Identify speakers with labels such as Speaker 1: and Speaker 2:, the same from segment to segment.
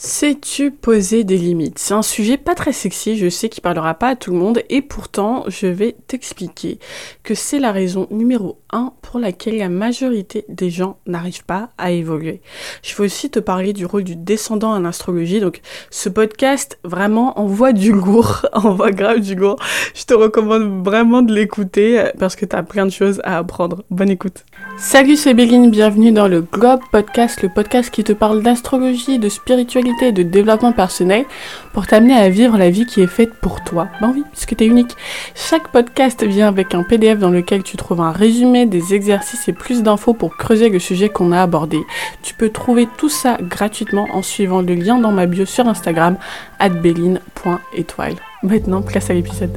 Speaker 1: Sais-tu poser des limites? C'est un sujet pas très sexy, je sais qu'il parlera pas à tout le monde, et pourtant, je vais t'expliquer que c'est la raison numéro 1 pour laquelle la majorité des gens n'arrivent pas à évoluer. Je vais aussi te parler du rôle du descendant en astrologie, donc ce podcast vraiment envoie du lourd, envoie grave du lourd. Je te recommande vraiment de l'écouter parce que t'as plein de choses à apprendre. Bonne écoute. Salut, c'est Béline, bienvenue dans le Globe Podcast, le podcast qui te parle d'astrologie, de spiritualité et de développement personnel pour t'amener à vivre la vie qui est faite pour toi. Ben oui, parce que t'es unique. Chaque podcast vient avec un PDF dans lequel tu trouves un résumé, des exercices et plus d'infos pour creuser le sujet qu'on a abordé. Tu peux trouver tout ça gratuitement en suivant le lien dans ma bio sur Instagram, @béline.étoile. Maintenant, place à l'épisode.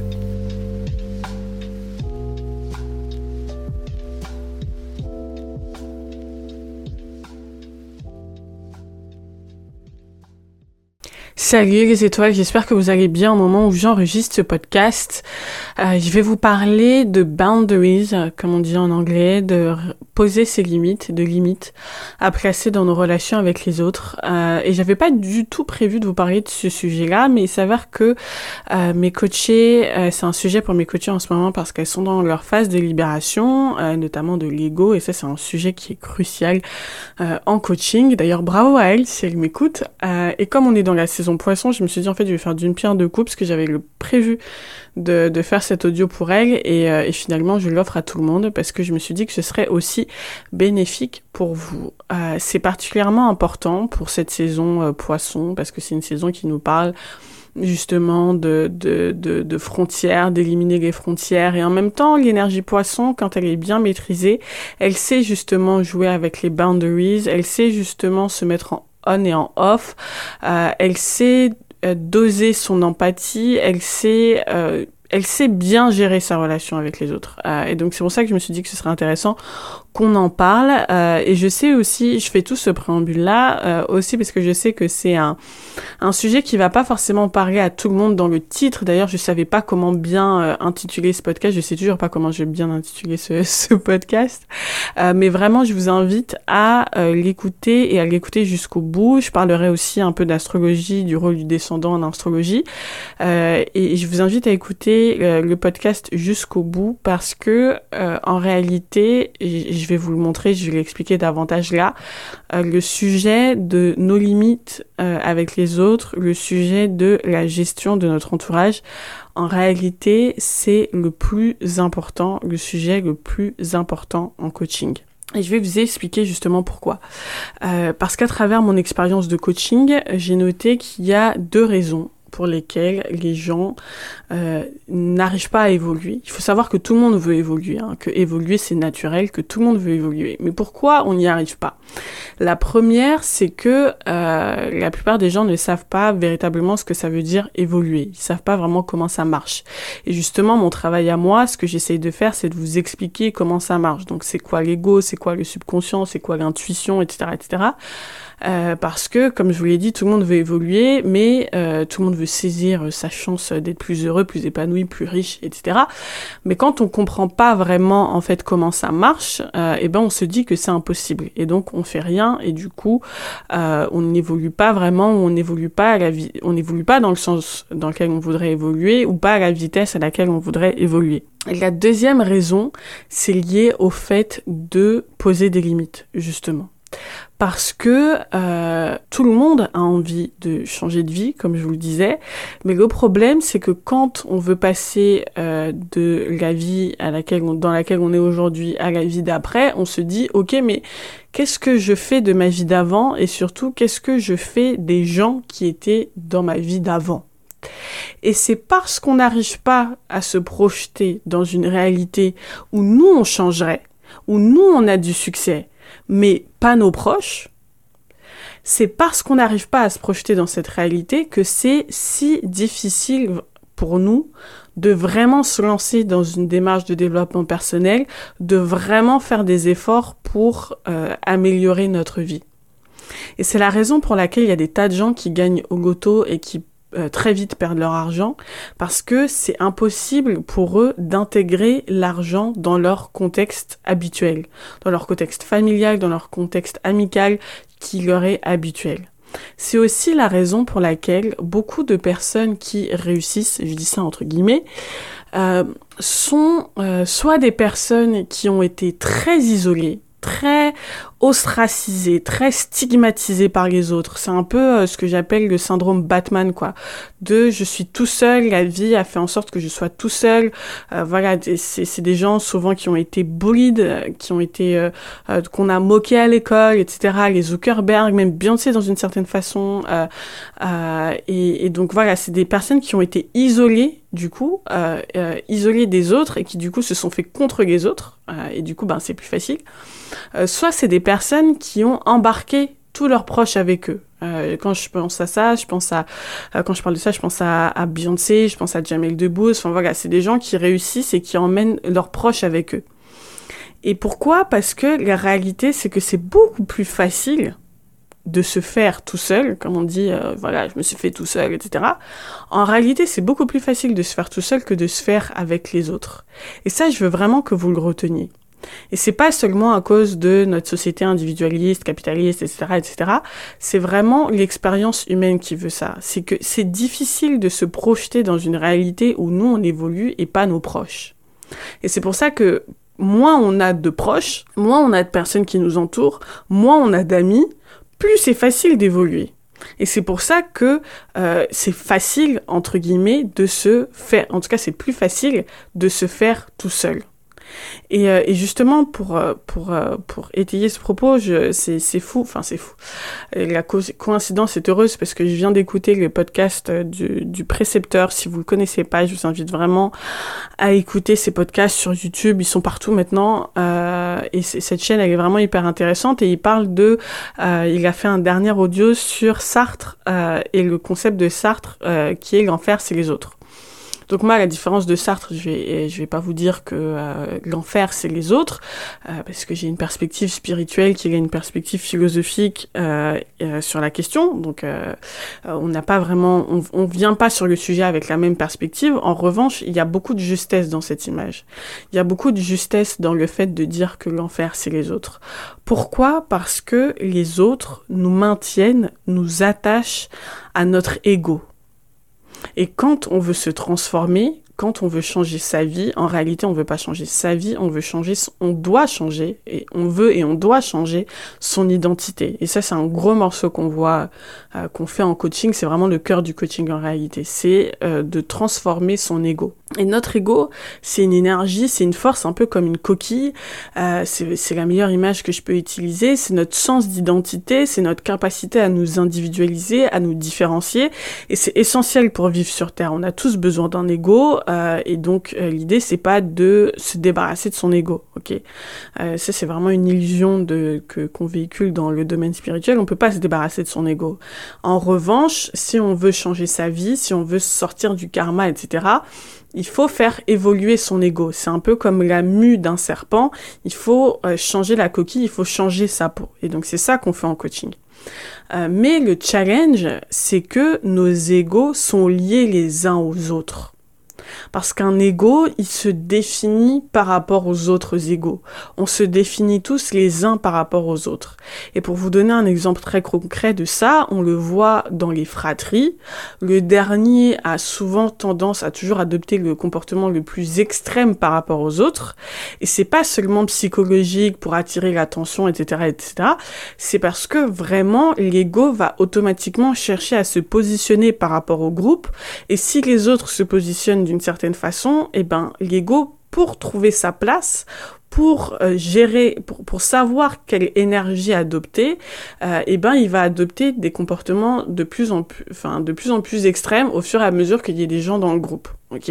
Speaker 1: Salut les étoiles, j'espère que vous allez bien au moment où j'enregistre ce podcast. Je vais vous parler de boundaries, comme on dit en anglais, de poser ses limites, de limites à placer dans nos relations avec les autres. Et j'avais pas du tout prévu de vous parler de ce sujet-là, mais il s'avère que mes coachées, c'est un sujet pour mes coachées en ce moment parce qu'elles sont dans leur phase de libération, notamment de l'ego, et ça c'est un sujet qui est crucial en coaching. D'ailleurs, bravo à elles si elles m'écoutent. Et comme on est dans la saison poisson, je me suis dit en fait je vais faire d'une pierre deux coups parce que j'avais prévu de faire cet audio pour elles et finalement je l'offre à tout le monde parce que je me suis dit que ce serait aussi bénéfique pour vous. C'est particulièrement important pour cette saison poisson parce que c'est une saison qui nous parle justement de frontières, d'éliminer les frontières, et en même temps l'énergie poisson, quand elle est bien maîtrisée, elle sait justement jouer avec les boundaries, elle sait justement se mettre en on et en off, elle sait doser son empathie, elle sait bien gérer sa relation avec les autres. Et donc c'est pour ça que je me suis dit que ce serait intéressant qu'on en parle. Et je sais aussi, je fais tout ce préambule-là aussi parce que je sais que c'est un sujet qui va pas forcément parler à tout le monde dans le titre. D'ailleurs, je savais pas comment bien intituler ce podcast. Je sais toujours pas comment je vais bien intituler ce podcast. Mais vraiment, je vous invite à l'écouter et à l'écouter jusqu'au bout. Je parlerai aussi un peu d'astrologie, du rôle du descendant en astrologie. Et je vous invite à écouter le podcast jusqu'au bout parce que en réalité, je vais vous le montrer, je vais l'expliquer davantage là, le sujet de nos limites avec les autres, le sujet de la gestion de notre entourage, en réalité, c'est le plus important, le sujet le plus important en coaching. Et je vais vous expliquer justement pourquoi. Parce qu'à travers mon expérience de coaching, j'ai noté qu'il y a 2 raisons pour lesquels les gens n'arrivent pas à évoluer. Il faut savoir que tout le monde veut évoluer, que évoluer c'est naturel, que tout le monde veut évoluer. Mais pourquoi on n'y arrive pas? La première, c'est que la plupart des gens ne savent pas véritablement ce que ça veut dire évoluer. Ils savent pas vraiment comment ça marche. Et justement, mon travail à moi, ce que j'essaye de faire, c'est de vous expliquer comment ça marche. Donc c'est quoi l'ego, c'est quoi le subconscient, c'est quoi l'intuition, etc., etc. Parce que, comme je vous l'ai dit, tout le monde veut évoluer, mais tout le monde veut saisir sa chance d'être plus heureux, plus épanoui, plus riche, etc. Mais quand on comprend pas vraiment en fait comment ça marche, on se dit que c'est impossible, et donc on fait rien, et du coup on n'évolue pas vraiment, on n'évolue pas dans le sens dans lequel on voudrait évoluer, ou pas à la vitesse à laquelle on voudrait évoluer. Et la deuxième raison, c'est lié au fait de poser des limites, justement. Parce que tout le monde a envie de changer de vie, comme je vous le disais, mais le problème, c'est que quand on veut passer de la vie dans laquelle on est aujourd'hui à la vie d'après, on se dit, ok, mais qu'est-ce que je fais de ma vie d'avant, et surtout, qu'est-ce que je fais des gens qui étaient dans ma vie d'avant? Et c'est parce qu'on n'arrive pas à se projeter dans une réalité où nous, on changerait, où nous, on a du succès, mais pas nos proches, c'est parce qu'on n'arrive pas à se projeter dans cette réalité que c'est si difficile pour nous de vraiment se lancer dans une démarche de développement personnel, de vraiment faire des efforts pour améliorer notre vie. Et c'est la raison pour laquelle il y a des tas de gens qui gagnent au loto et qui très vite perdent leur argent, parce que c'est impossible pour eux d'intégrer l'argent dans leur contexte habituel, dans leur contexte familial, dans leur contexte amical qui leur est habituel. C'est aussi la raison pour laquelle beaucoup de personnes qui réussissent, je dis ça entre guillemets, sont soit des personnes qui ont été très isolées, très ostracisé, très stigmatisé par les autres. C'est un peu ce que j'appelle le syndrome Batman, quoi. Je suis tout seul, la vie a fait en sorte que je sois tout seul. Voilà, c'est des gens souvent qui ont été bullied, qui ont été qu'on a moqué à l'école, etc. Les Zuckerberg, même Beyoncé dans une certaine façon. Et donc voilà, c'est des personnes qui ont été isolées du coup, isolées des autres et qui du coup se sont fait contre les autres. Et du coup, c'est plus facile. Soit c'est des personnes qui ont embarqué tous leurs proches avec eux. Quand je pense à ça, quand je parle de ça, je pense à Beyoncé, je pense à Jamel Debbouze. Enfin voilà, c'est des gens qui réussissent et qui emmènent leurs proches avec eux. Et pourquoi ? Parce que la réalité, c'est que c'est beaucoup plus facile de se faire tout seul, comme on dit, voilà, je me suis fait tout seul, etc. En réalité, c'est beaucoup plus facile de se faire tout seul que de se faire avec les autres. Et ça, je veux vraiment que vous le reteniez. Et c'est pas seulement à cause de notre société individualiste, capitaliste, etc., etc. C'est vraiment l'expérience humaine qui veut ça. C'est que c'est difficile de se projeter dans une réalité où nous, on évolue et pas nos proches. Et c'est pour ça que moins on a de proches, moins on a de personnes qui nous entourent, moins on a d'amis, plus c'est facile d'évoluer. Et c'est pour ça que c'est facile, entre guillemets, de se faire... En tout cas, c'est plus facile de se faire tout seul. Et justement, pour étayer ce propos, c'est fou. La coïncidence est heureuse parce que je viens d'écouter le podcast du précepteur. Si vous le connaissez pas, je vous invite vraiment à écouter ces podcasts sur YouTube. Ils sont partout maintenant. Et cette chaîne, elle est vraiment hyper intéressante. Et il parle il a fait un dernier audio sur Sartre et le concept de Sartre qui est l'enfer, c'est les autres. Donc moi, à la différence de Sartre, je vais pas vous dire que l'enfer, c'est les autres, parce que j'ai une perspective spirituelle qui est une perspective philosophique sur la question. Donc on n'a pas vraiment, on vient pas sur le sujet avec la même perspective. En revanche, il y a beaucoup de justesse dans cette image. Il y a beaucoup de justesse dans le fait de dire que l'enfer, c'est les autres. Pourquoi ? Parce que les autres nous maintiennent, nous attachent à notre ego. Et quand on veut se transformer, quand on veut changer sa vie, en réalité, on veut pas changer sa vie, on doit changer, et on veut et on doit changer son identité. Et ça, c'est un gros morceau qu'on voit, qu'on fait en coaching. C'est vraiment le cœur du coaching en réalité. C'est de transformer son ego. Et notre ego, c'est une énergie, c'est une force un peu comme une coquille. C'est la meilleure image que je peux utiliser. C'est notre sens d'identité, c'est notre capacité à nous individualiser, à nous différencier. Et c'est essentiel pour vivre sur Terre. On a tous besoin d'un ego. Et donc l'idée c'est pas de se débarrasser de son ego, ok. Ça c'est vraiment une illusion qu'on véhicule dans le domaine spirituel. On peut pas se débarrasser de son ego. En revanche, si on veut changer sa vie, si on veut sortir du karma, etc., il faut faire évoluer son ego. C'est un peu comme la mue d'un serpent. Il faut changer la coquille, il faut changer sa peau. Et donc c'est ça qu'on fait en coaching. Mais le challenge, c'est que nos égos sont liés les uns aux autres. Parce qu'un ego, il se définit par rapport aux autres égos. On se définit tous les uns par rapport aux autres. Et pour vous donner un exemple très concret de ça, on le voit dans les fratries. Le dernier a souvent tendance à toujours adopter le comportement le plus extrême par rapport aux autres. Et c'est pas seulement psychologique pour attirer l'attention, etc., etc. C'est parce que vraiment, l'ego va automatiquement chercher à se positionner par rapport au groupe. Et si les autres se positionnent d'une certaine façon, l'ego, pour trouver sa place, pour gérer, pour savoir quelle énergie adopter, il va adopter des comportements de plus en plus extrêmes au fur et à mesure qu'il y ait des gens dans le groupe, ok.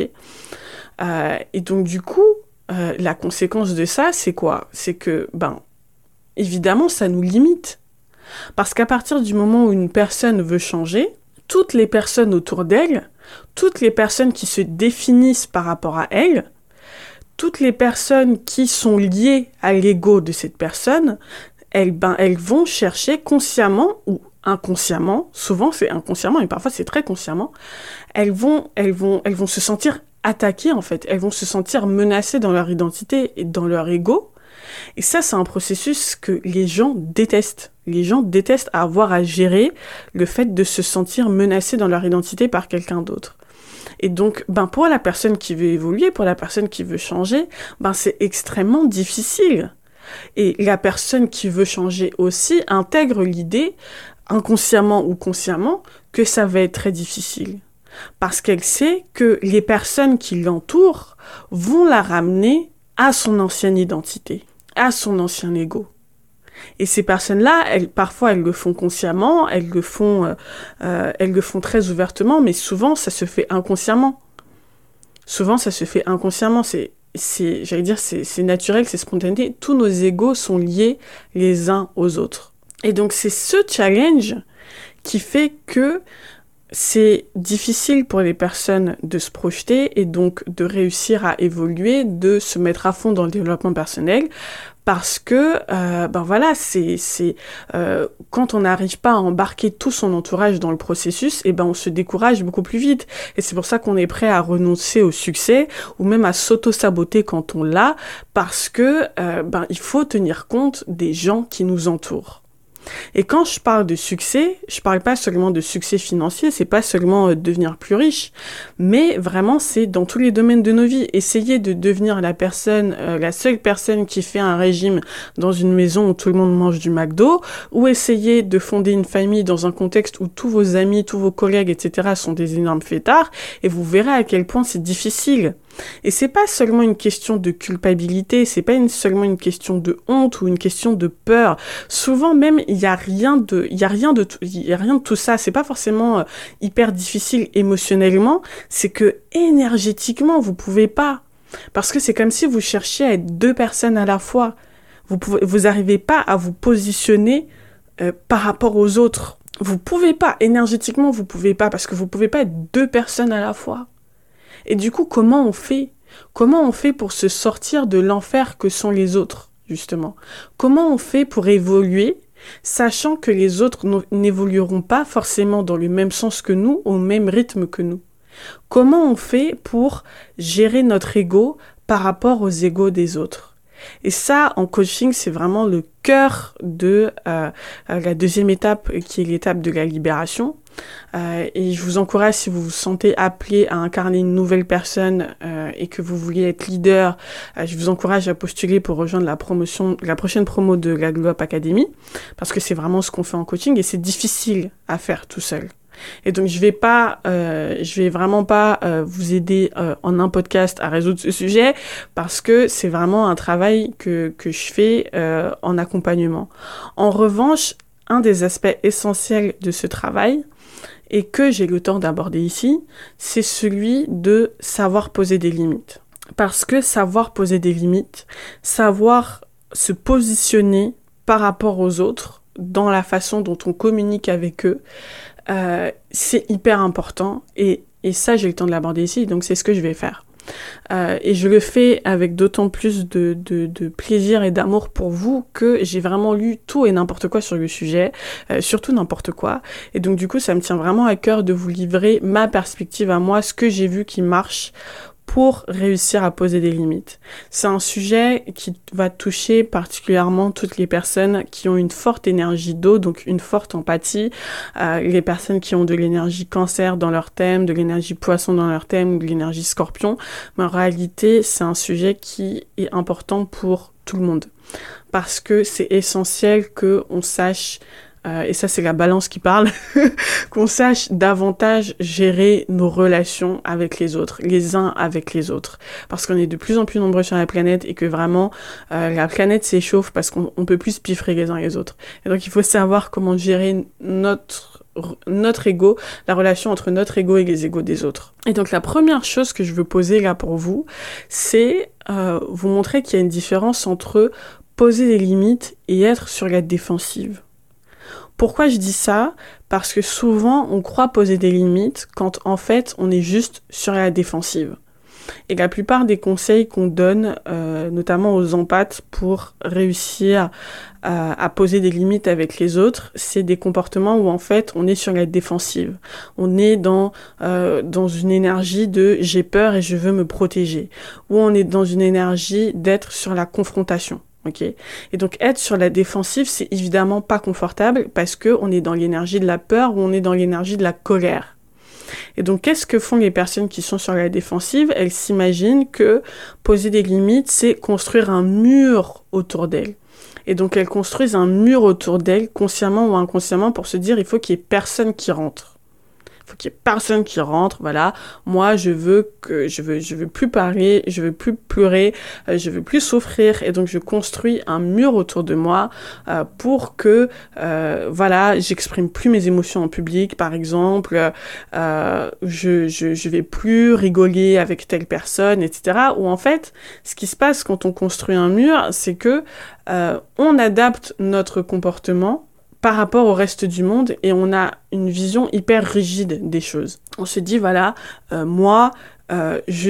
Speaker 1: Et donc du coup, la conséquence de ça, c'est quoi ? C'est que, évidemment, ça nous limite, parce qu'à partir du moment où une personne veut changer, toutes les personnes autour d'elle, toutes les personnes qui se définissent par rapport à elle, toutes les personnes qui sont liées à l'ego de cette personne, elles vont chercher consciemment ou inconsciemment, souvent c'est inconsciemment et parfois c'est très consciemment, elles vont se sentir attaquées en fait, elles vont se sentir menacées dans leur identité et dans leur ego, Et ça, c'est un processus que les gens détestent. Les gens détestent avoir à gérer le fait de se sentir menacé dans leur identité par quelqu'un d'autre. Et donc, pour la personne qui veut évoluer, pour la personne qui veut changer, c'est extrêmement difficile. Et la personne qui veut changer aussi intègre l'idée, inconsciemment ou consciemment, que ça va être très difficile. Parce qu'elle sait que les personnes qui l'entourent vont la ramener à son ancienne identité, à son ancien ego. Et ces personnes-là, parfois elles le font consciemment, elles le font très ouvertement, mais souvent ça se fait inconsciemment. C'est naturel, c'est spontané. Tous nos égos sont liés les uns aux autres. Et donc c'est ce challenge qui fait que c'est difficile pour les personnes de se projeter et donc de réussir à évoluer, de se mettre à fond dans le développement personnel, parce que quand on n'arrive pas à embarquer tout son entourage dans le processus, on se décourage beaucoup plus vite. Et c'est pour ça qu'on est prêt à renoncer au succès ou même à s'auto-saboter quand on l'a, parce que il faut tenir compte des gens qui nous entourent. Et quand je parle de succès, je parle pas seulement de succès financier, c'est pas seulement devenir plus riche, mais vraiment c'est dans tous les domaines de nos vies. Essayer de devenir la seule personne qui fait un régime dans une maison où tout le monde mange du McDo, ou essayer de fonder une famille dans un contexte où tous vos amis, tous vos collègues, etc. sont des énormes fêtards, et vous verrez à quel point c'est difficile. Et c'est pas seulement une question de culpabilité, c'est pas seulement une question de honte ou une question de peur. Souvent même, il y a rien de tout ça. C'est pas forcément hyper difficile émotionnellement, c'est que énergétiquement, vous pouvez pas. Parce que c'est comme si vous cherchiez à être deux personnes à la fois. Vous arrivez pas à vous positionner par rapport aux autres. Vous pouvez pas, énergétiquement, vous pouvez pas, parce que vous pouvez pas être deux personnes à la fois. Et du coup, comment on fait ? Comment on fait pour se sortir de l'enfer que sont les autres, justement ? Comment on fait pour évoluer, sachant que les autres n'évolueront pas forcément dans le même sens que nous, au même rythme que nous ? Comment on fait pour gérer notre ego par rapport aux égos des autres ? Et ça, en coaching, c'est vraiment le cœur de la deuxième étape, qui est l'étape de la libération. Et je vous encourage, si vous vous sentez appelé à incarner une nouvelle personne et que vous voulez être leader, je vous encourage à postuler pour rejoindre la prochaine promo de la Glow Up Academy, parce que c'est vraiment ce qu'on fait en coaching et c'est difficile à faire tout seul. Et donc je vais vraiment pas vous aider en un podcast à résoudre ce sujet, parce que c'est vraiment un travail que je fais en accompagnement. En revanche, un des aspects essentiels de ce travail, et que j'ai le temps d'aborder ici, c'est celui de savoir poser des limites. Parce que savoir poser des limites, savoir se positionner par rapport aux autres, dans la façon dont on communique avec eux, c'est hyper important. Et ça, j'ai le temps de l'aborder ici, donc c'est ce que je vais faire. Et je le fais avec d'autant plus de plaisir et d'amour pour vous que j'ai vraiment lu tout et n'importe quoi sur le sujet, surtout n'importe quoi. Et donc du coup, ça me tient vraiment à cœur de vous livrer ma perspective à moi, ce que j'ai vu qui marche pour réussir à poser des limites. C'est un sujet qui va toucher particulièrement toutes les personnes qui ont une forte énergie d'eau, donc une forte empathie, les personnes qui ont de l'énergie cancer dans leur thème, de l'énergie poisson dans leur thème, ou de l'énergie scorpion. Mais en réalité, c'est un sujet qui est important pour tout le monde. Parce que c'est essentiel qu'on sache, et ça c'est la balance qui parle, qu'on sache davantage gérer nos relations avec les autres, les uns avec les autres. Parce qu'on est de plus en plus nombreux sur la planète et que vraiment la planète s'échauffe parce qu'on peut plus se piffrer les uns les autres. Et donc il faut savoir comment gérer notre ego, la relation entre notre ego et les égos des autres. Et donc la première chose que je veux poser là pour vous, c'est vous montrer qu'il y a une différence entre poser des limites et être sur la défensive. Pourquoi je dis ça ? Parce que souvent, on croit poser des limites quand en fait, on est juste sur la défensive. Et la plupart des conseils qu'on donne, notamment aux empathes pour réussir à poser des limites avec les autres, c'est des comportements où en fait, on est sur la défensive. On est dans une énergie de « j'ai peur et je veux me protéger ». Ou on est dans une énergie d'être sur la confrontation. ok? Et donc être sur la défensive, c'est évidemment pas confortable parce que on est dans l'énergie de la peur ou on est dans l'énergie de la colère. Et donc qu'est-ce que font les personnes qui sont sur la défensive? Elles s'imaginent que poser des limites, c'est construire un mur autour d'elles. Et donc elles construisent un mur autour d'elles, consciemment ou inconsciemment, pour se dire il faut qu'il y ait personne qui rentre. Il faut qu'il y ait personne qui rentre, voilà. Moi, je veux plus parler, je veux plus pleurer, je veux plus souffrir. Et donc, je construis un mur autour de moi pour que, voilà, j'exprime plus mes émotions en public, par exemple. Je vais plus rigoler avec telle personne, etc. Ou en fait, ce qui se passe quand on construit un mur, c'est que on adapte notre comportement par rapport au reste du monde et on a une vision hyper rigide des choses. On se dit voilà, moi je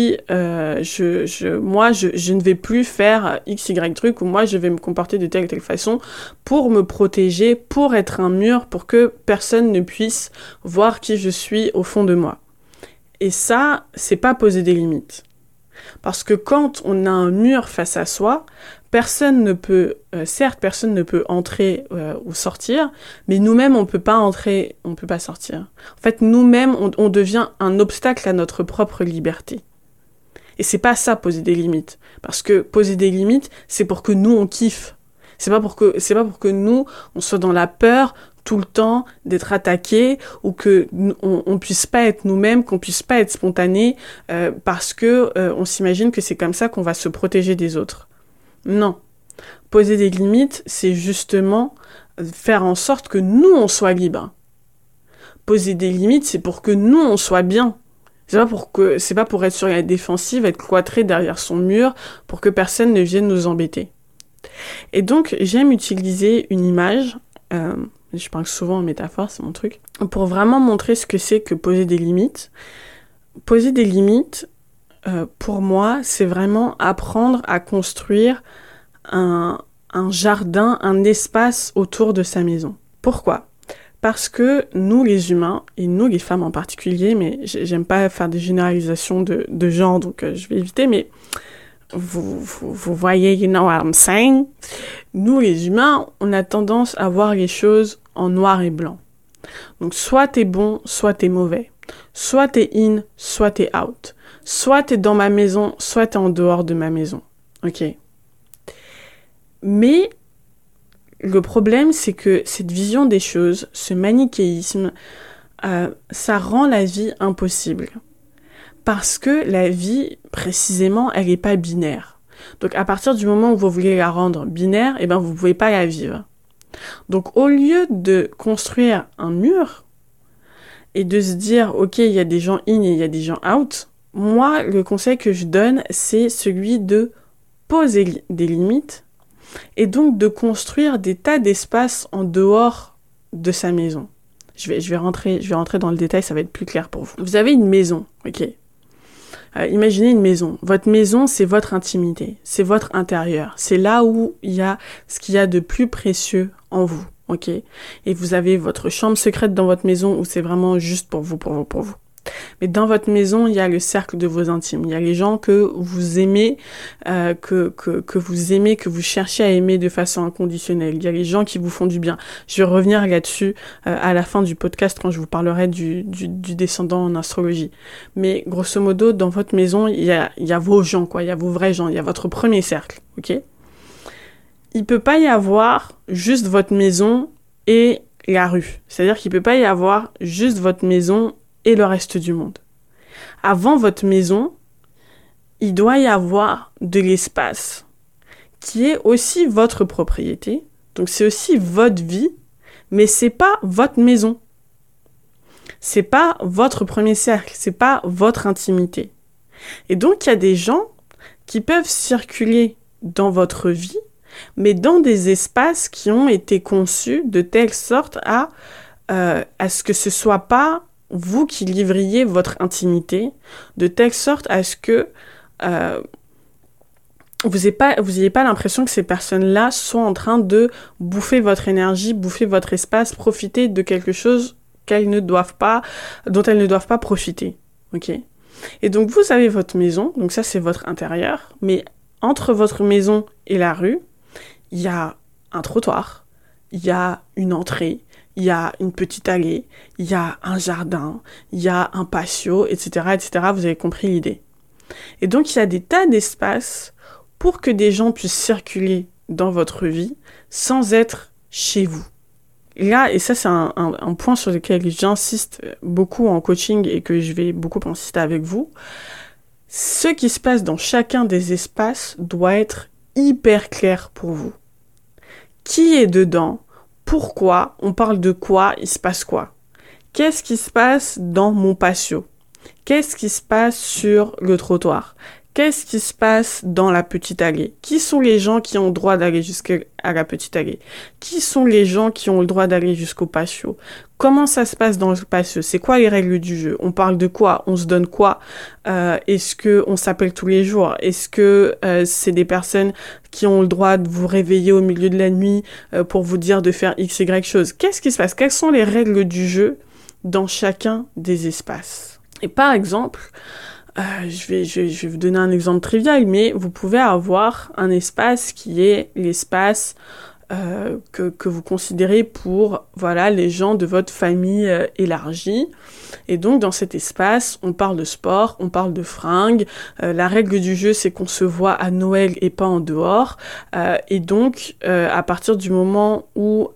Speaker 1: ne vais plus faire x y truc ou moi je vais me comporter de telle ou telle façon pour me protéger, pour être un mur, pour que personne ne puisse voir qui je suis au fond de moi. Et ça, c'est pas poser des limites. Parce que quand on a un mur face à soi, personne ne peut entrer ou sortir, mais nous-mêmes, on peut pas entrer, on peut pas sortir. En fait, nous-mêmes, on devient un obstacle à notre propre liberté. Et c'est pas ça, poser des limites. Parce que poser des limites, c'est pour que nous, on kiffe. C'est pas pour que nous, on soit dans la peur tout le temps d'être attaqué ou que on puisse pas être nous-mêmes, qu'on puisse pas être spontané parce que on s'imagine que c'est comme ça qu'on va se protéger des autres. Non. Poser des limites, c'est justement faire en sorte que nous, on soit libres. Poser des limites, c'est pour que nous, on soit bien. C'est pas pour être sur la défensive, être cloîtré derrière son mur, pour que personne ne vienne nous embêter. Et donc, j'aime utiliser une image, je parle souvent en métaphore, c'est mon truc, pour vraiment montrer ce que c'est que poser des limites. Poser des limites, pour moi, c'est vraiment apprendre à construire un jardin, un espace autour de sa maison. Pourquoi ? Parce que nous, les humains, et nous, les femmes en particulier, mais j'aime pas faire des généralisations de genre, donc je vais éviter, mais vous voyez, you know what I'm saying. Nous, les humains, on a tendance à voir les choses en noir et blanc. Donc, soit t'es bon, soit t'es mauvais. Soit t'es in, soit t'es out. Soit t'es dans ma maison, soit t'es en dehors de ma maison. Ok. Mais le problème, c'est que cette vision des choses, ce manichéisme, ça rend la vie impossible. Parce que la vie, précisément, elle n'est pas binaire. Donc, à partir du moment où vous voulez la rendre binaire, eh ben, vous ne pouvez pas la vivre. Donc, au lieu de construire un mur et de se dire, ok, il y a des gens in et il y a des gens out, moi, le conseil que je donne, c'est celui de poser des limites et donc de construire des tas d'espaces en dehors de sa maison. Je vais rentrer dans le détail, ça va être plus clair pour vous. Vous avez une maison, ok ? Imaginez une maison. Votre maison, c'est votre intimité, c'est votre intérieur. C'est là où il y a ce qu'il y a de plus précieux en vous, ok ? Et vous avez votre chambre secrète dans votre maison où c'est vraiment juste pour vous. Mais dans votre maison, il y a le cercle de vos intimes. Il y a les gens que vous aimez, que vous cherchez à aimer de façon inconditionnelle. Il y a les gens qui vous font du bien. Je vais revenir là-dessus à la fin du podcast quand je vous parlerai du descendant en astrologie. Mais grosso modo, dans votre maison, il y a vos gens, quoi. Il y a vos vrais gens. Il y a votre premier cercle, ok ? Il peut pas y avoir juste votre maison et la rue. C'est-à-dire qu'il peut pas y avoir juste votre maison et le reste du monde. Avant votre maison, il doit y avoir de l'espace qui est aussi votre propriété. Donc c'est aussi votre vie, mais c'est pas votre maison. C'est pas votre premier cercle, c'est pas votre intimité. Et donc il y a des gens qui peuvent circuler dans votre vie, mais dans des espaces qui ont été conçus de telle sorte à ce que ce soit pas vous qui livriez votre intimité, de telle sorte à ce que vous n'ayez pas l'impression que ces personnes-là sont en train de bouffer votre énergie, bouffer votre espace, profiter de quelque chose dont elles ne doivent pas profiter. Ok ? Et donc vous avez votre maison, donc ça c'est votre intérieur, mais entre votre maison et la rue, il y a un trottoir, il y a une entrée, il y a une petite allée, il y a un jardin, il y a un patio, etc., etc. Vous avez compris l'idée. Et donc, il y a des tas d'espaces pour que des gens puissent circuler dans votre vie sans être chez vous. Là, et ça c'est un point sur lequel j'insiste beaucoup en coaching et que je vais beaucoup insister avec vous, ce qui se passe dans chacun des espaces doit être hyper clair pour vous. Qui est dedans? Pourquoi? On parle de quoi? Il se passe quoi? Qu'est-ce qui se passe dans mon patio? Qu'est-ce qui se passe sur le trottoir? Qu'est-ce qui se passe dans la petite allée? Qui sont les gens qui ont le droit d'aller jusqu'à la petite allée? Qui sont les gens qui ont le droit d'aller jusqu'au patio? Comment ça se passe dans le patio? C'est quoi les règles du jeu? On parle de quoi? On se donne quoi? Est-ce qu'on s'appelle tous les jours? Est-ce que c'est des personnes qui ont le droit de vous réveiller au milieu de la nuit pour vous dire de faire X, Y chose? Qu'est-ce qui se passe? Quelles sont les règles du jeu dans chacun des espaces? Et par exemple, je vais vous donner un exemple trivial, mais vous pouvez avoir un espace qui est l'espace que vous considérez pour les gens de votre famille élargie. Et donc dans cet espace, on parle de sport, on parle de fringues. La règle du jeu, c'est qu'on se voit à Noël et pas en dehors. Et donc à partir du moment où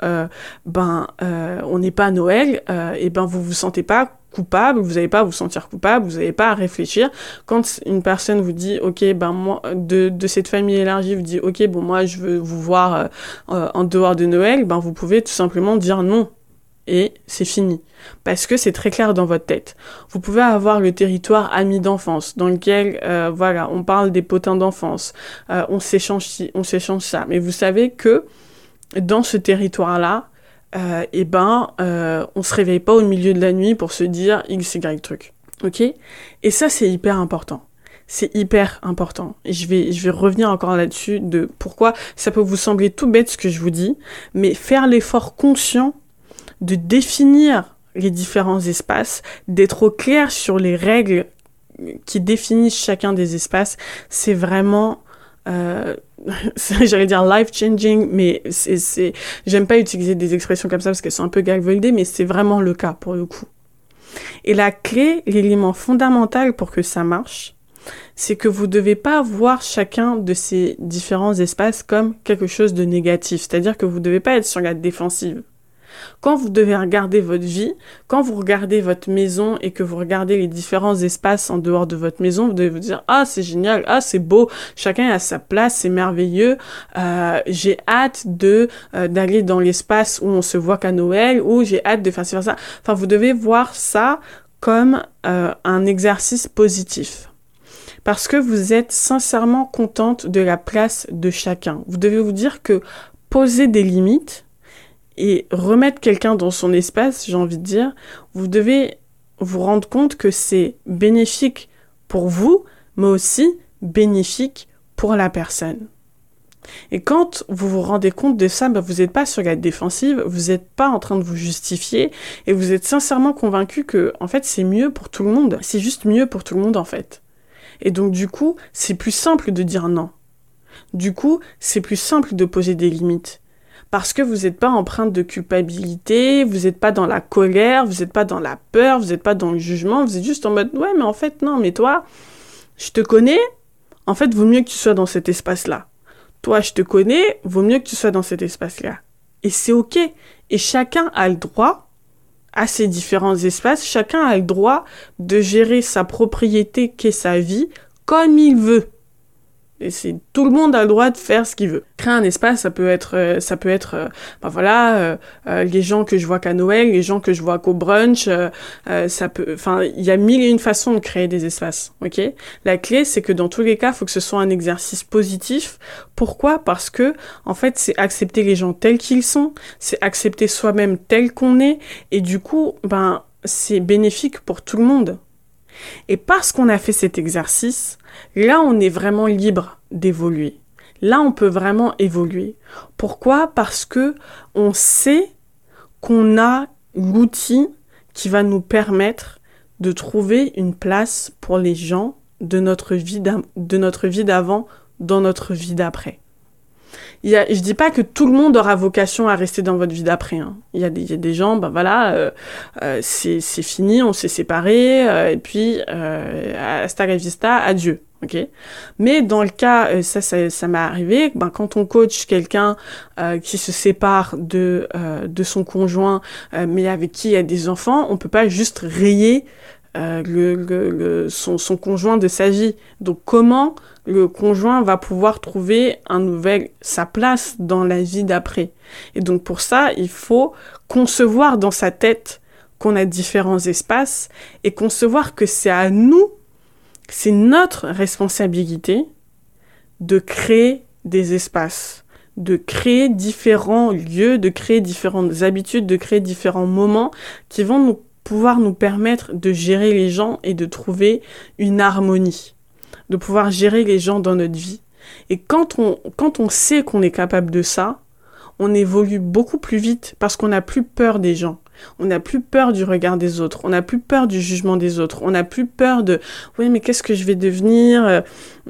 Speaker 1: on n'est pas à Noël, vous vous sentez pas coupable, vous n'avez pas à vous sentir coupable, vous n'avez pas à réfléchir. Quand une personne vous dit, ok, moi, de cette famille élargie, vous dit, ok, moi, je veux vous voir en dehors de Noël, vous pouvez tout simplement dire non. Et c'est fini. Parce que c'est très clair dans votre tête. Vous pouvez avoir le territoire amis d'enfance, dans lequel, on parle des potins d'enfance, on s'échange ci, on s'échange ça. Mais vous savez que dans ce territoire-là, on se réveille pas au milieu de la nuit pour se dire X, Y truc. Ok? Et ça, c'est hyper important. C'est hyper important. Et je vais revenir encore là-dessus de pourquoi ça peut vous sembler tout bête ce que je vous dis, mais faire l'effort conscient de définir les différents espaces, d'être au clair sur les règles qui définissent chacun des espaces, c'est vraiment j'allais dire life-changing, mais j'aime pas utiliser des expressions comme ça parce qu'elles sont un peu galvaudées, mais c'est vraiment le cas pour le coup. Et la clé, l'élément fondamental pour que ça marche, c'est que vous devez pas voir chacun de ces différents espaces comme quelque chose de négatif, c'est-à-dire que vous devez pas être sur la défensive. Quand vous devez regarder votre vie, quand vous regardez votre maison et que vous regardez les différents espaces en dehors de votre maison, vous devez vous dire « Ah, c'est génial, ah, c'est beau, chacun a sa place, c'est merveilleux, j'ai hâte d'aller dans l'espace où on se voit qu'à Noël, ou j'ai hâte de faire ci, faire ça. » Enfin, vous devez voir ça comme un exercice positif. Parce que vous êtes sincèrement contente de la place de chacun. Vous devez vous dire que poser des limites et remettre quelqu'un dans son espace, j'ai envie de dire, vous devez vous rendre compte que c'est bénéfique pour vous, mais aussi bénéfique pour la personne. Et quand vous vous rendez compte de ça, vous n'êtes pas sur la défensive, vous n'êtes pas en train de vous justifier, et vous êtes sincèrement convaincu que, en fait, c'est mieux pour tout le monde. C'est juste mieux pour tout le monde, en fait. Et donc, du coup, c'est plus simple de dire non. Du coup, c'est plus simple de poser des limites. Parce que vous n'êtes pas empreinte de culpabilité, vous n'êtes pas dans la colère, vous n'êtes pas dans la peur, vous n'êtes pas dans le jugement, vous êtes juste en mode « Ouais, mais en fait, non, mais toi, je te connais, en fait, vaut mieux que tu sois dans cet espace-là. Toi, je te connais, vaut mieux que tu sois dans cet espace-là. » Et c'est ok. Et chacun a le droit à ces différents espaces, chacun a le droit de gérer sa propriété qu'est sa vie comme il veut. Et tout le monde a le droit de faire ce qu'il veut. Créer un espace, ça peut être, les gens que je vois qu'à Noël, les gens que je vois qu'au brunch, il y a mille et une façons de créer des espaces, ok? La clé, c'est que dans tous les cas, il faut que ce soit un exercice positif. Pourquoi? Parce que, en fait, c'est accepter les gens tels qu'ils sont, c'est accepter soi-même tel qu'on est, et du coup, c'est bénéfique pour tout le monde. Et parce qu'on a fait cet exercice, là, on est vraiment libre d'évoluer. Là, on peut vraiment évoluer. Pourquoi? Parce que on sait qu'on a l'outil qui va nous permettre de trouver une place pour les gens de notre vie d'avant dans notre vie d'après. Je dis pas que tout le monde aura vocation à rester dans votre vie d'après. Hein. Il y a des gens, ben voilà, c'est fini, on s'est séparés, et puis hasta la vista, adieu. Ok. Mais dans le cas, ça m'est arrivé, ben quand on coach quelqu'un qui se sépare de son conjoint, mais avec qui il y a des enfants, on peut pas juste rayer son conjoint de sa vie. Donc comment le conjoint va pouvoir trouver sa place dans la vie d'après. Et donc pour ça, il faut concevoir dans sa tête qu'on a différents espaces et concevoir que c'est à nous, c'est notre responsabilité de créer des espaces, de créer différents lieux, de créer différentes habitudes, de créer différents moments qui vont pouvoir nous permettre de gérer les gens et de trouver une harmonie, de pouvoir gérer les gens dans notre vie. Et quand on sait qu'on est capable de ça, on évolue beaucoup plus vite parce qu'on n'a plus peur des gens. On n'a plus peur du regard des autres. On n'a plus peur du jugement des autres. On n'a plus peur de « oui, mais qu'est-ce que je vais devenir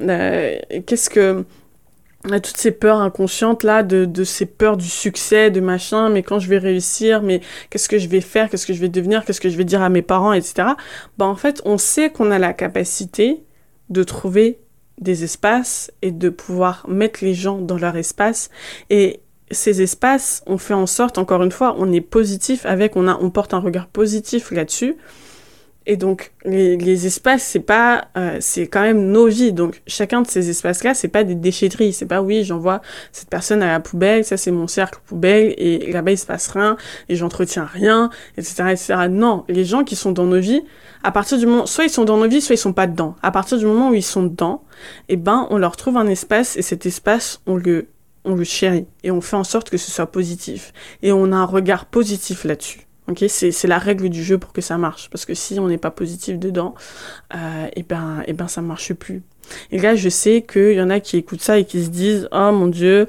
Speaker 1: toutes ces peurs inconscientes là, de ces peurs du succès, de machin, mais quand je vais réussir, mais qu'est-ce que je vais faire, qu'est-ce que je vais devenir, qu'est-ce que je vais dire à mes parents, etc. » En fait, on sait qu'on a la capacité de trouver des espaces et de pouvoir mettre les gens dans leur espace. Et ces espaces, on fait en sorte, encore une fois, on est positif on porte un regard positif là-dessus. Et donc, les espaces, c'est quand même nos vies. Donc, chacun de ces espaces-là, c'est pas des déchetteries. C'est pas, oui, j'envoie cette personne à la poubelle, ça c'est mon cercle poubelle, et là-bas il se passe rien, et j'entretiens rien, etc., etc. Non, les gens qui sont dans nos vies, à partir du moment, soit ils sont dans nos vies, soit ils sont pas dedans. À partir du moment où ils sont dedans, on leur trouve un espace, et cet espace, on le chérit, et on fait en sorte que ce soit positif. Et on a un regard positif là-dessus. Ok, c'est la règle du jeu pour que ça marche, parce que si on n'est pas positif dedans, ça marche plus. Et là, je sais qu'il y en a qui écoutent ça et qui se disent « Oh mon Dieu,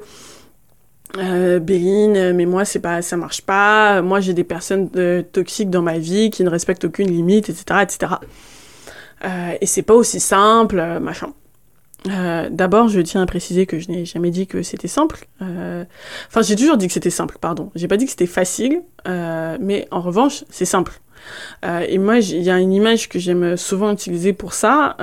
Speaker 1: Béline, mais moi ça marche pas, moi j'ai des personnes toxiques dans ma vie qui ne respectent aucune limite, etc. etc. Et c'est pas aussi simple, machin. » D'abord, je tiens à préciser que je n'ai jamais dit que c'était simple. J'ai toujours dit que c'était simple, pardon. J'ai pas dit que c'était facile, mais en revanche, c'est simple. Et moi, il y a une image que j'aime souvent utiliser pour ça,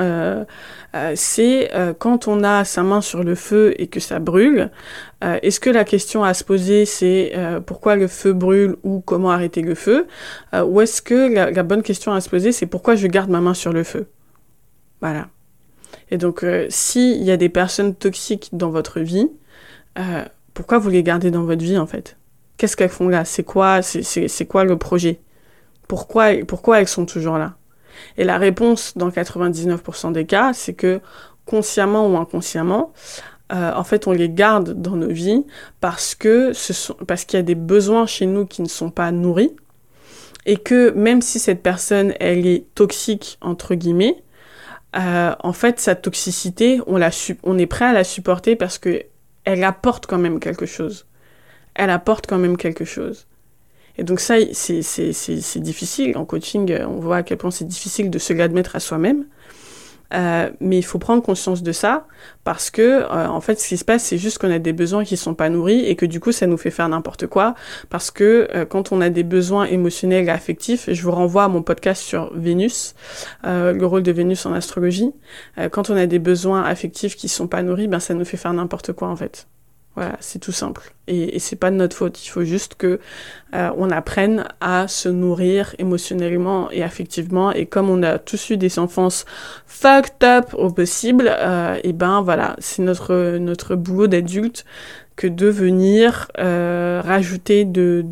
Speaker 1: c'est quand on a sa main sur le feu et que ça brûle, est-ce que la question à se poser, c'est pourquoi le feu brûle ou comment arrêter le feu, ou est-ce que la bonne question à se poser, c'est pourquoi je garde ma main sur le feu? Voilà. Et donc, s'il y a des personnes toxiques dans votre vie, pourquoi vous les gardez dans votre vie, en fait? Qu'est-ce qu'elles font là? C'est quoi le projet? Pourquoi elles sont toujours là? Et la réponse, dans 99% des cas, c'est que, consciemment ou inconsciemment, en fait, on les garde dans nos vies parce qu'il y a des besoins chez nous qui ne sont pas nourris, et que même si cette personne, elle est toxique, entre guillemets, en fait, sa toxicité, on est prêt à la supporter parce que elle apporte quand même quelque chose. Elle apporte quand même quelque chose. Et donc ça, c'est difficile. En coaching, on voit à quel point c'est difficile de se l'admettre à soi-même. Mais il faut prendre conscience de ça parce que en fait ce qui se passe c'est juste qu'on a des besoins qui sont pas nourris et que du coup ça nous fait faire n'importe quoi parce que quand on a des besoins émotionnels et affectifs, je vous renvoie à mon podcast sur Vénus, le rôle de Vénus en astrologie, quand on a des besoins affectifs qui sont pas nourris, ça nous fait faire n'importe quoi en fait. Voilà, c'est tout simple. Et c'est pas de notre faute. Il faut juste que on apprenne à se nourrir émotionnellement et affectivement. Et comme on a tous eu des enfances fucked up au possible, voilà, c'est notre boulot d'adulte que de venir rajouter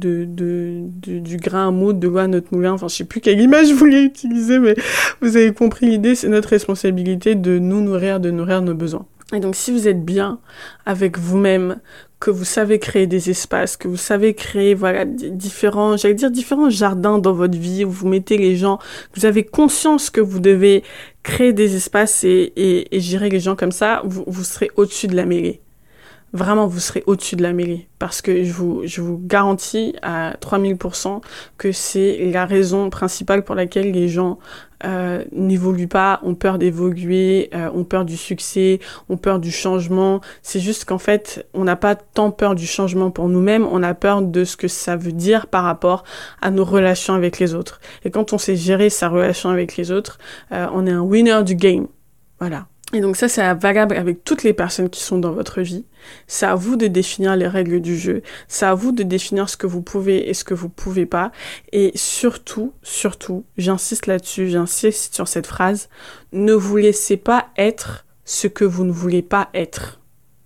Speaker 1: du grain à moudre, de l'eau à notre moulin. Enfin, je sais plus quelle image je voulais utiliser, mais vous avez compris l'idée. C'est notre responsabilité de nous nourrir, de nourrir nos besoins. Et donc, si vous êtes bien avec vous-même, que vous savez créer des espaces, que vous savez créer, voilà, différents jardins dans votre vie où vous mettez les gens, que vous avez conscience que vous devez créer des espaces et gérer les gens comme ça, vous serez au-dessus de la mêlée. vraiment, vous serez au-dessus de la mêlée. Parce que je vous garantis à 3000% que c'est la raison principale pour laquelle les gens n'évoluent pas, ont peur d'évoluer, ont peur du succès, ont peur du changement. C'est juste qu'en fait, on n'a pas tant peur du changement pour nous-mêmes, on a peur de ce que ça veut dire par rapport à nos relations avec les autres. Et quand on sait gérer sa relation avec les autres, on est un winner du game. Voilà. Et donc ça, c'est valable avec toutes les personnes qui sont dans votre vie. C'est à vous de définir les règles du jeu. C'est à vous de définir ce que vous pouvez et ce que vous pouvez pas. Et surtout, j'insiste là-dessus, j'insiste sur cette phrase, ne vous laissez pas être ce que vous ne voulez pas être.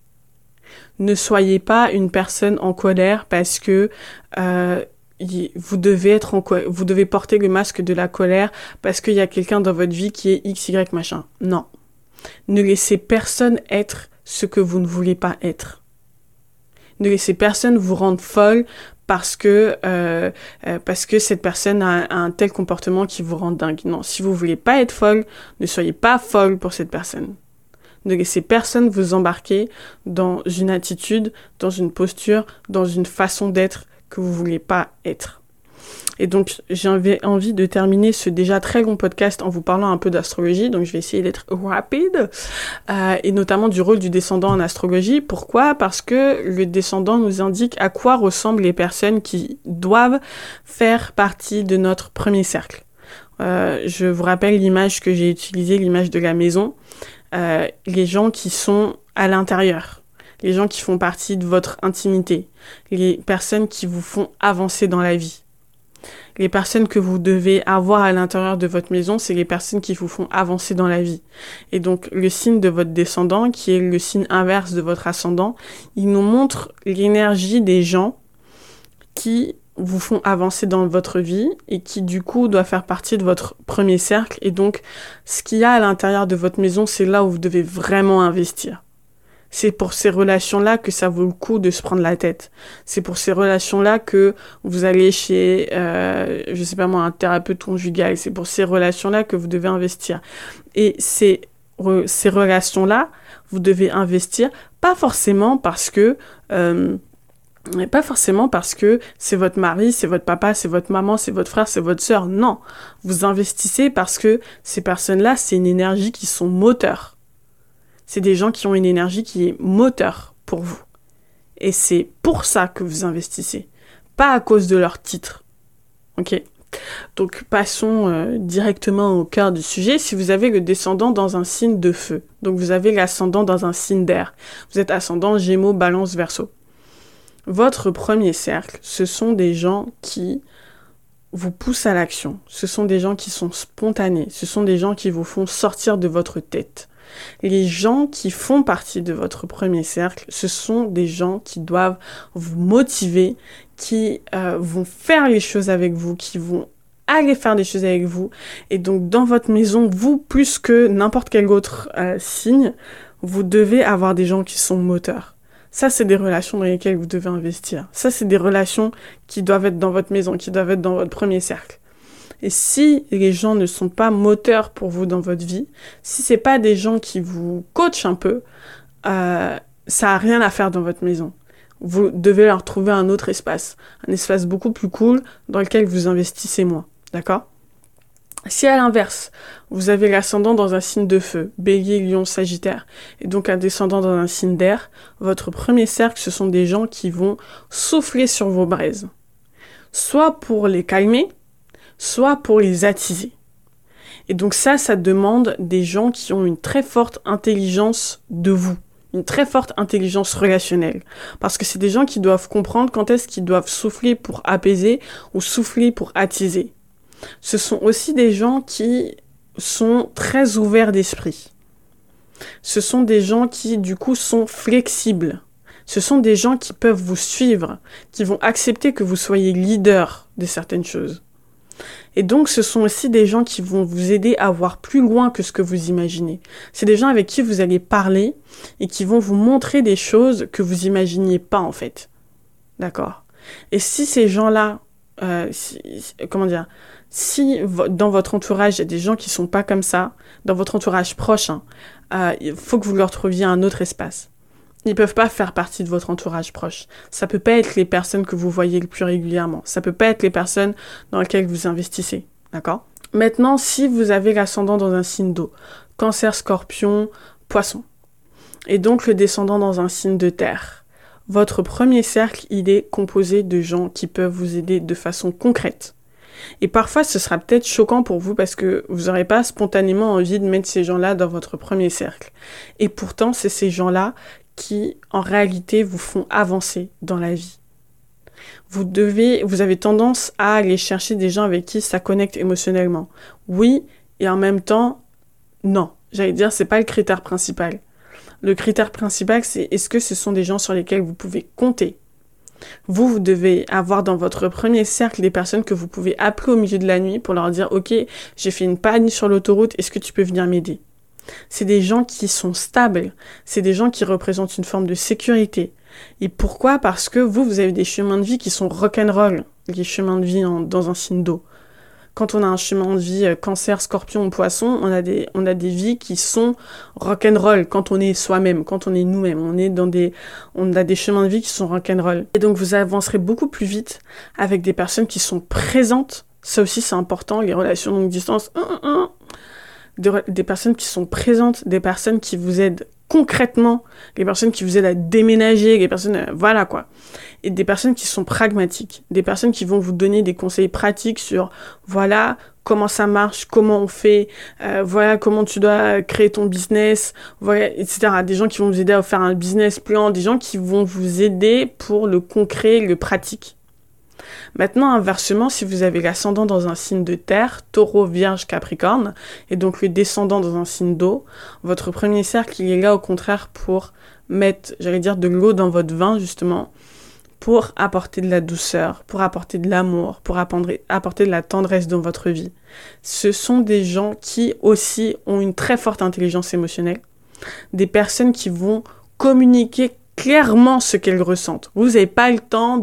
Speaker 1: Ne soyez pas une personne en colère parce que vous devez porter le masque de la colère parce qu'il y a quelqu'un dans votre vie qui est X, Y, machin. Non. Ne laissez personne être ce que vous ne voulez pas être. Ne laissez personne vous rendre folle parce que cette personne a un tel comportement qui vous rend dingue. Non, si vous voulez pas être folle, ne soyez pas folle pour cette personne. Ne laissez personne vous embarquer dans une attitude, dans une posture, dans une façon d'être que vous voulez pas être. Et donc, j'avais envie de terminer ce déjà très long podcast en vous parlant un peu d'astrologie, donc je vais essayer d'être rapide, et notamment du rôle du descendant en astrologie. Pourquoi ? Parce que le descendant nous indique à quoi ressemblent les personnes qui doivent faire partie de notre premier cercle. Je vous rappelle l'image que j'ai utilisée, l'image de la maison, les gens qui sont à l'intérieur, les gens qui font partie de votre intimité, les personnes qui vous font avancer dans la vie. Les personnes que vous devez avoir à l'intérieur de votre maison, c'est les personnes qui vous font avancer dans la vie. Et donc, le signe de votre descendant, qui est le signe inverse de votre ascendant, il nous montre l'énergie des gens qui vous font avancer dans votre vie et qui, du coup, doivent faire partie de votre premier cercle. Et donc, ce qu'il y a à l'intérieur de votre maison, c'est là où vous devez vraiment investir. C'est pour ces relations-là que ça vaut le coup de se prendre la tête. C'est pour ces relations-là que vous allez chez, je sais pas moi, un thérapeute conjugal. C'est pour ces relations-là que vous devez investir. Et ces relations-là, vous devez investir pas forcément parce que c'est votre mari, c'est votre papa, c'est votre maman, c'est votre frère, c'est votre sœur. Non. Vous investissez parce que ces personnes-là, c'est une énergie qui sont moteurs. C'est des gens qui ont une énergie qui est moteur pour vous. Et c'est pour ça que vous investissez. Pas à cause de leur titre. Ok ? Donc, passons directement au cœur du sujet. Si vous avez le descendant dans un signe de feu, donc vous avez l'ascendant dans un signe d'air, vous êtes ascendant, Gémeaux, Balance, Verseau. Votre premier cercle, ce sont des gens qui vous poussent à l'action. Ce sont des gens qui sont spontanés. Ce sont des gens qui vous font sortir de votre tête. Les gens qui font partie de votre premier cercle, ce sont des gens qui doivent vous motiver, qui vont faire les choses avec vous, qui vont aller faire des choses avec vous. Et donc, dans votre maison, vous, plus que n'importe quel autre signe, vous devez avoir des gens qui sont moteurs. Ça, c'est des relations dans lesquelles vous devez investir. Ça, c'est des relations qui doivent être dans votre maison, qui doivent être dans votre premier cercle. Et si les gens ne sont pas moteurs pour vous dans votre vie, si c'est pas des gens qui vous coachent un peu, ça a rien à faire dans votre maison. Vous devez leur trouver un autre espace, un espace beaucoup plus cool dans lequel vous investissez moins, d'accord ? Si à l'inverse, vous avez l'ascendant dans un signe de feu, Bélier, Lion, Sagittaire, et donc un descendant dans un signe d'air, votre premier cercle, ce sont des gens qui vont souffler sur vos braises. Soit pour les calmer, soit pour les attiser. Et donc ça demande des gens qui ont une très forte intelligence de vous, une très forte intelligence relationnelle. Parce que c'est des gens qui doivent comprendre quand est-ce qu'ils doivent souffler pour apaiser ou souffler pour attiser. Ce sont aussi des gens qui sont très ouverts d'esprit. Ce sont des gens qui, du coup, sont flexibles. Ce sont des gens qui peuvent vous suivre, qui vont accepter que vous soyez leader de certaines choses. Et donc, ce sont aussi des gens qui vont vous aider à voir plus loin que ce que vous imaginez. C'est des gens avec qui vous allez parler et qui vont vous montrer des choses que vous imaginiez pas, en fait. D'accord ? Et si ces gens-là, si dans votre entourage, il y a des gens qui sont pas comme ça, dans votre entourage proche, il faut que vous leur trouviez un autre espace. Ils peuvent pas faire partie de votre entourage proche. Ça peut pas être les personnes que vous voyez le plus régulièrement. Ça peut pas être les personnes dans lesquelles vous investissez. D'accord ? Maintenant, si vous avez l'ascendant dans un signe d'eau, Cancer, Scorpion, Poisson, et donc le descendant dans un signe de terre, votre premier cercle, il est composé de gens qui peuvent vous aider de façon concrète. Et parfois, ce sera peut-être choquant pour vous parce que vous n'aurez pas spontanément envie de mettre ces gens-là dans votre premier cercle. Et pourtant, c'est ces gens-là qui, en réalité, vous font avancer dans la vie. Vous avez tendance à aller chercher des gens avec qui ça connecte émotionnellement. Oui, et en même temps, non. J'allais dire, c'est pas le critère principal. Le critère principal, c'est est-ce que ce sont des gens sur lesquels vous pouvez compter? Vous devez avoir dans votre premier cercle des personnes que vous pouvez appeler au milieu de la nuit pour leur dire « Ok, j'ai fait une panne sur l'autoroute, est-ce que tu peux venir m'aider ?» C'est des gens qui sont stables, c'est des gens qui représentent une forme de sécurité. Et pourquoi ? Parce que vous avez des chemins de vie qui sont rock'n'roll, les chemins de vie dans un signe d'eau. Quand on a un chemin de vie Cancer, Scorpion ou Poisson, on a des vies qui sont rock'n'roll quand on est soi-même, quand on est nous-mêmes. On a des chemins de vie qui sont rock'n'roll. Et donc vous avancerez beaucoup plus vite avec des personnes qui sont présentes. Ça aussi c'est important, les relations longue distance. Des personnes qui sont présentes, des personnes qui vous aident concrètement, les personnes qui vous aident à déménager, les personnes, voilà quoi. Et des personnes qui sont pragmatiques, des personnes qui vont vous donner des conseils pratiques sur, voilà, comment ça marche, comment on fait, voilà comment tu dois créer ton business, voilà, etc. Des gens qui vont vous aider à faire un business plan, des gens qui vont vous aider pour le concret, le pratique. Maintenant, inversement, si vous avez l'ascendant dans un signe de terre, Taureau, Vierge, Capricorne, et donc le descendant dans un signe d'eau, votre premier cercle, il est là au contraire pour mettre, de l'eau dans votre vin, justement, pour apporter de la douceur, pour apporter de l'amour, pour apporter de la tendresse dans votre vie. Ce sont des gens qui aussi ont une très forte intelligence émotionnelle, des personnes qui vont communiquer clairement ce qu'elles ressentent. Vous n'avez pas le temps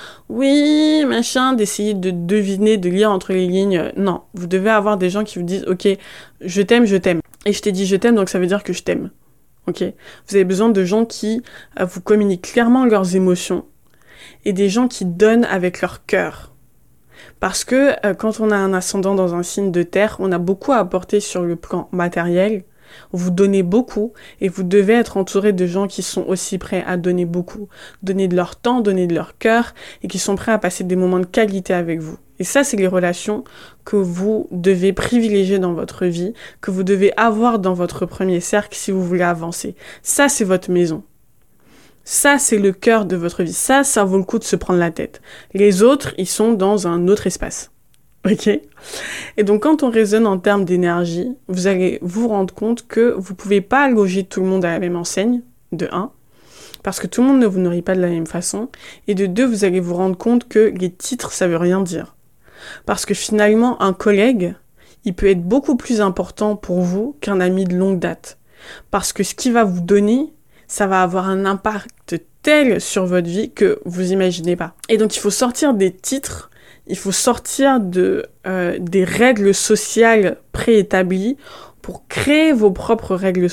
Speaker 1: d'essayer de deviner, de lire entre les lignes. Non, vous devez avoir des gens qui vous disent « Ok, je t'aime. Et je t'ai dit « Je t'aime », donc ça veut dire que je t'aime. » Ok ? Vous avez besoin de gens qui vous communiquent clairement leurs émotions et des gens qui donnent avec leur cœur. Parce que quand on a un ascendant dans un signe de terre, on a beaucoup à apporter sur le plan matériel. Vous donnez beaucoup et vous devez être entouré de gens qui sont aussi prêts à donner beaucoup, donner de leur temps, donner de leur cœur et qui sont prêts à passer des moments de qualité avec vous. Et ça, c'est les relations que vous devez privilégier dans votre vie, que vous devez avoir dans votre premier cercle si vous voulez avancer. Ça, c'est votre maison. Ça, c'est le cœur de votre vie. Ça vaut le coup de se prendre la tête. Les autres, ils sont dans un autre espace. Ok ? Et donc, quand on raisonne en termes d'énergie, vous allez vous rendre compte que vous pouvez pas loger tout le monde à la même enseigne, de 1, parce que tout le monde ne vous nourrit pas de la même façon, et de 2, vous allez vous rendre compte que les titres, ça veut rien dire. Parce que finalement, un collègue, il peut être beaucoup plus important pour vous qu'un ami de longue date. Parce que ce qu'il va vous donner, ça va avoir un impact tel sur votre vie que vous imaginez pas. Et donc, il faut sortir des titres. Il faut sortir des règles sociales préétablies pour créer vos propres règles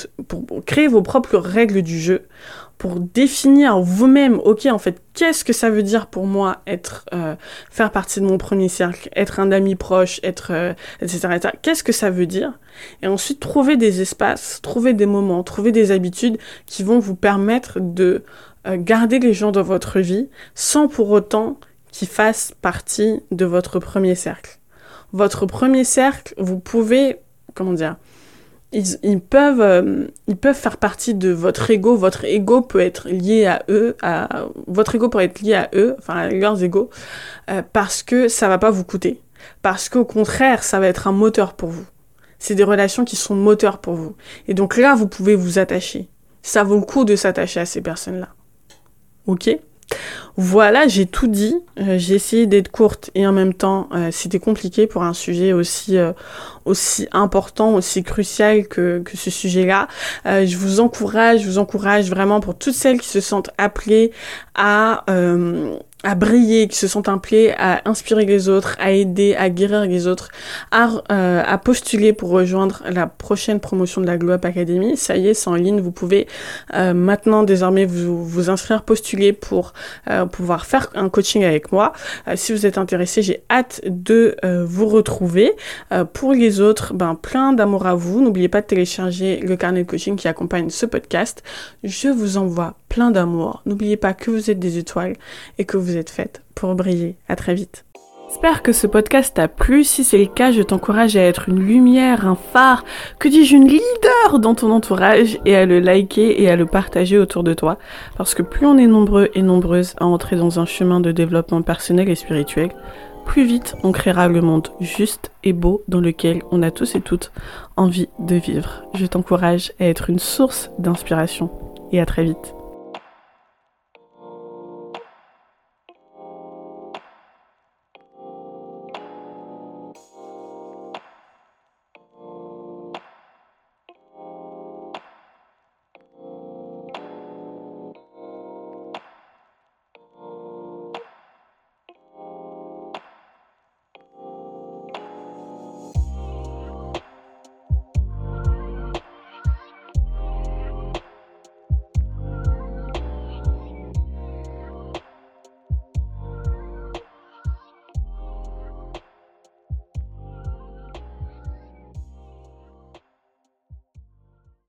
Speaker 1: du jeu, pour définir vous-même, ok, en fait, qu'est-ce que ça veut dire pour moi faire partie de mon premier cercle, être un ami proche, etc., etc. Qu'est-ce que ça veut dire ? Et ensuite, trouver des espaces, trouver des moments, trouver des habitudes qui vont vous permettre de garder les gens dans votre vie sans pour autant qui fassent partie de votre premier cercle. Votre premier cercle, vous pouvez, ils peuvent faire partie de votre ego. Votre ego peut être lié à eux, enfin à leurs égos, parce que ça va pas vous coûter. Parce qu'au contraire, ça va être un moteur pour vous. C'est des relations qui sont moteurs pour vous. Et donc là, vous pouvez vous attacher. Ça vaut le coup de s'attacher à ces personnes-là. Ok ? Voilà, j'ai tout dit. J'ai essayé d'être courte et en même temps, c'était compliqué pour un sujet aussi important, aussi crucial que ce sujet-là. Je vous encourage vraiment pour toutes celles qui se sentent appelées à briller, qui se sentent appelés à inspirer les autres, à aider, à guérir les autres, à postuler pour rejoindre la prochaine promotion de la Glow Up Academy. Ça y est, c'est en ligne, vous pouvez maintenant désormais vous inscrire, postuler pour pouvoir faire un coaching avec moi. Si vous êtes intéressé, j'ai hâte de vous retrouver. Pour les autres, plein d'amour à vous. N'oubliez pas de télécharger le carnet de coaching qui accompagne ce podcast. Je vous envoie plein d'amour. N'oubliez pas que vous êtes des étoiles et que vous êtes faites pour briller. À très vite. J'espère que ce podcast t'a plu. Si c'est le cas, je t'encourage à être une lumière, un phare, que dis-je, une leader dans ton entourage et à le liker et à le partager autour de toi. Parce que plus on est nombreux et nombreuses à entrer dans un chemin de développement personnel et spirituel, plus vite on créera le monde juste et beau dans lequel on a tous et toutes envie de vivre. Je t'encourage à être une source d'inspiration et à très vite.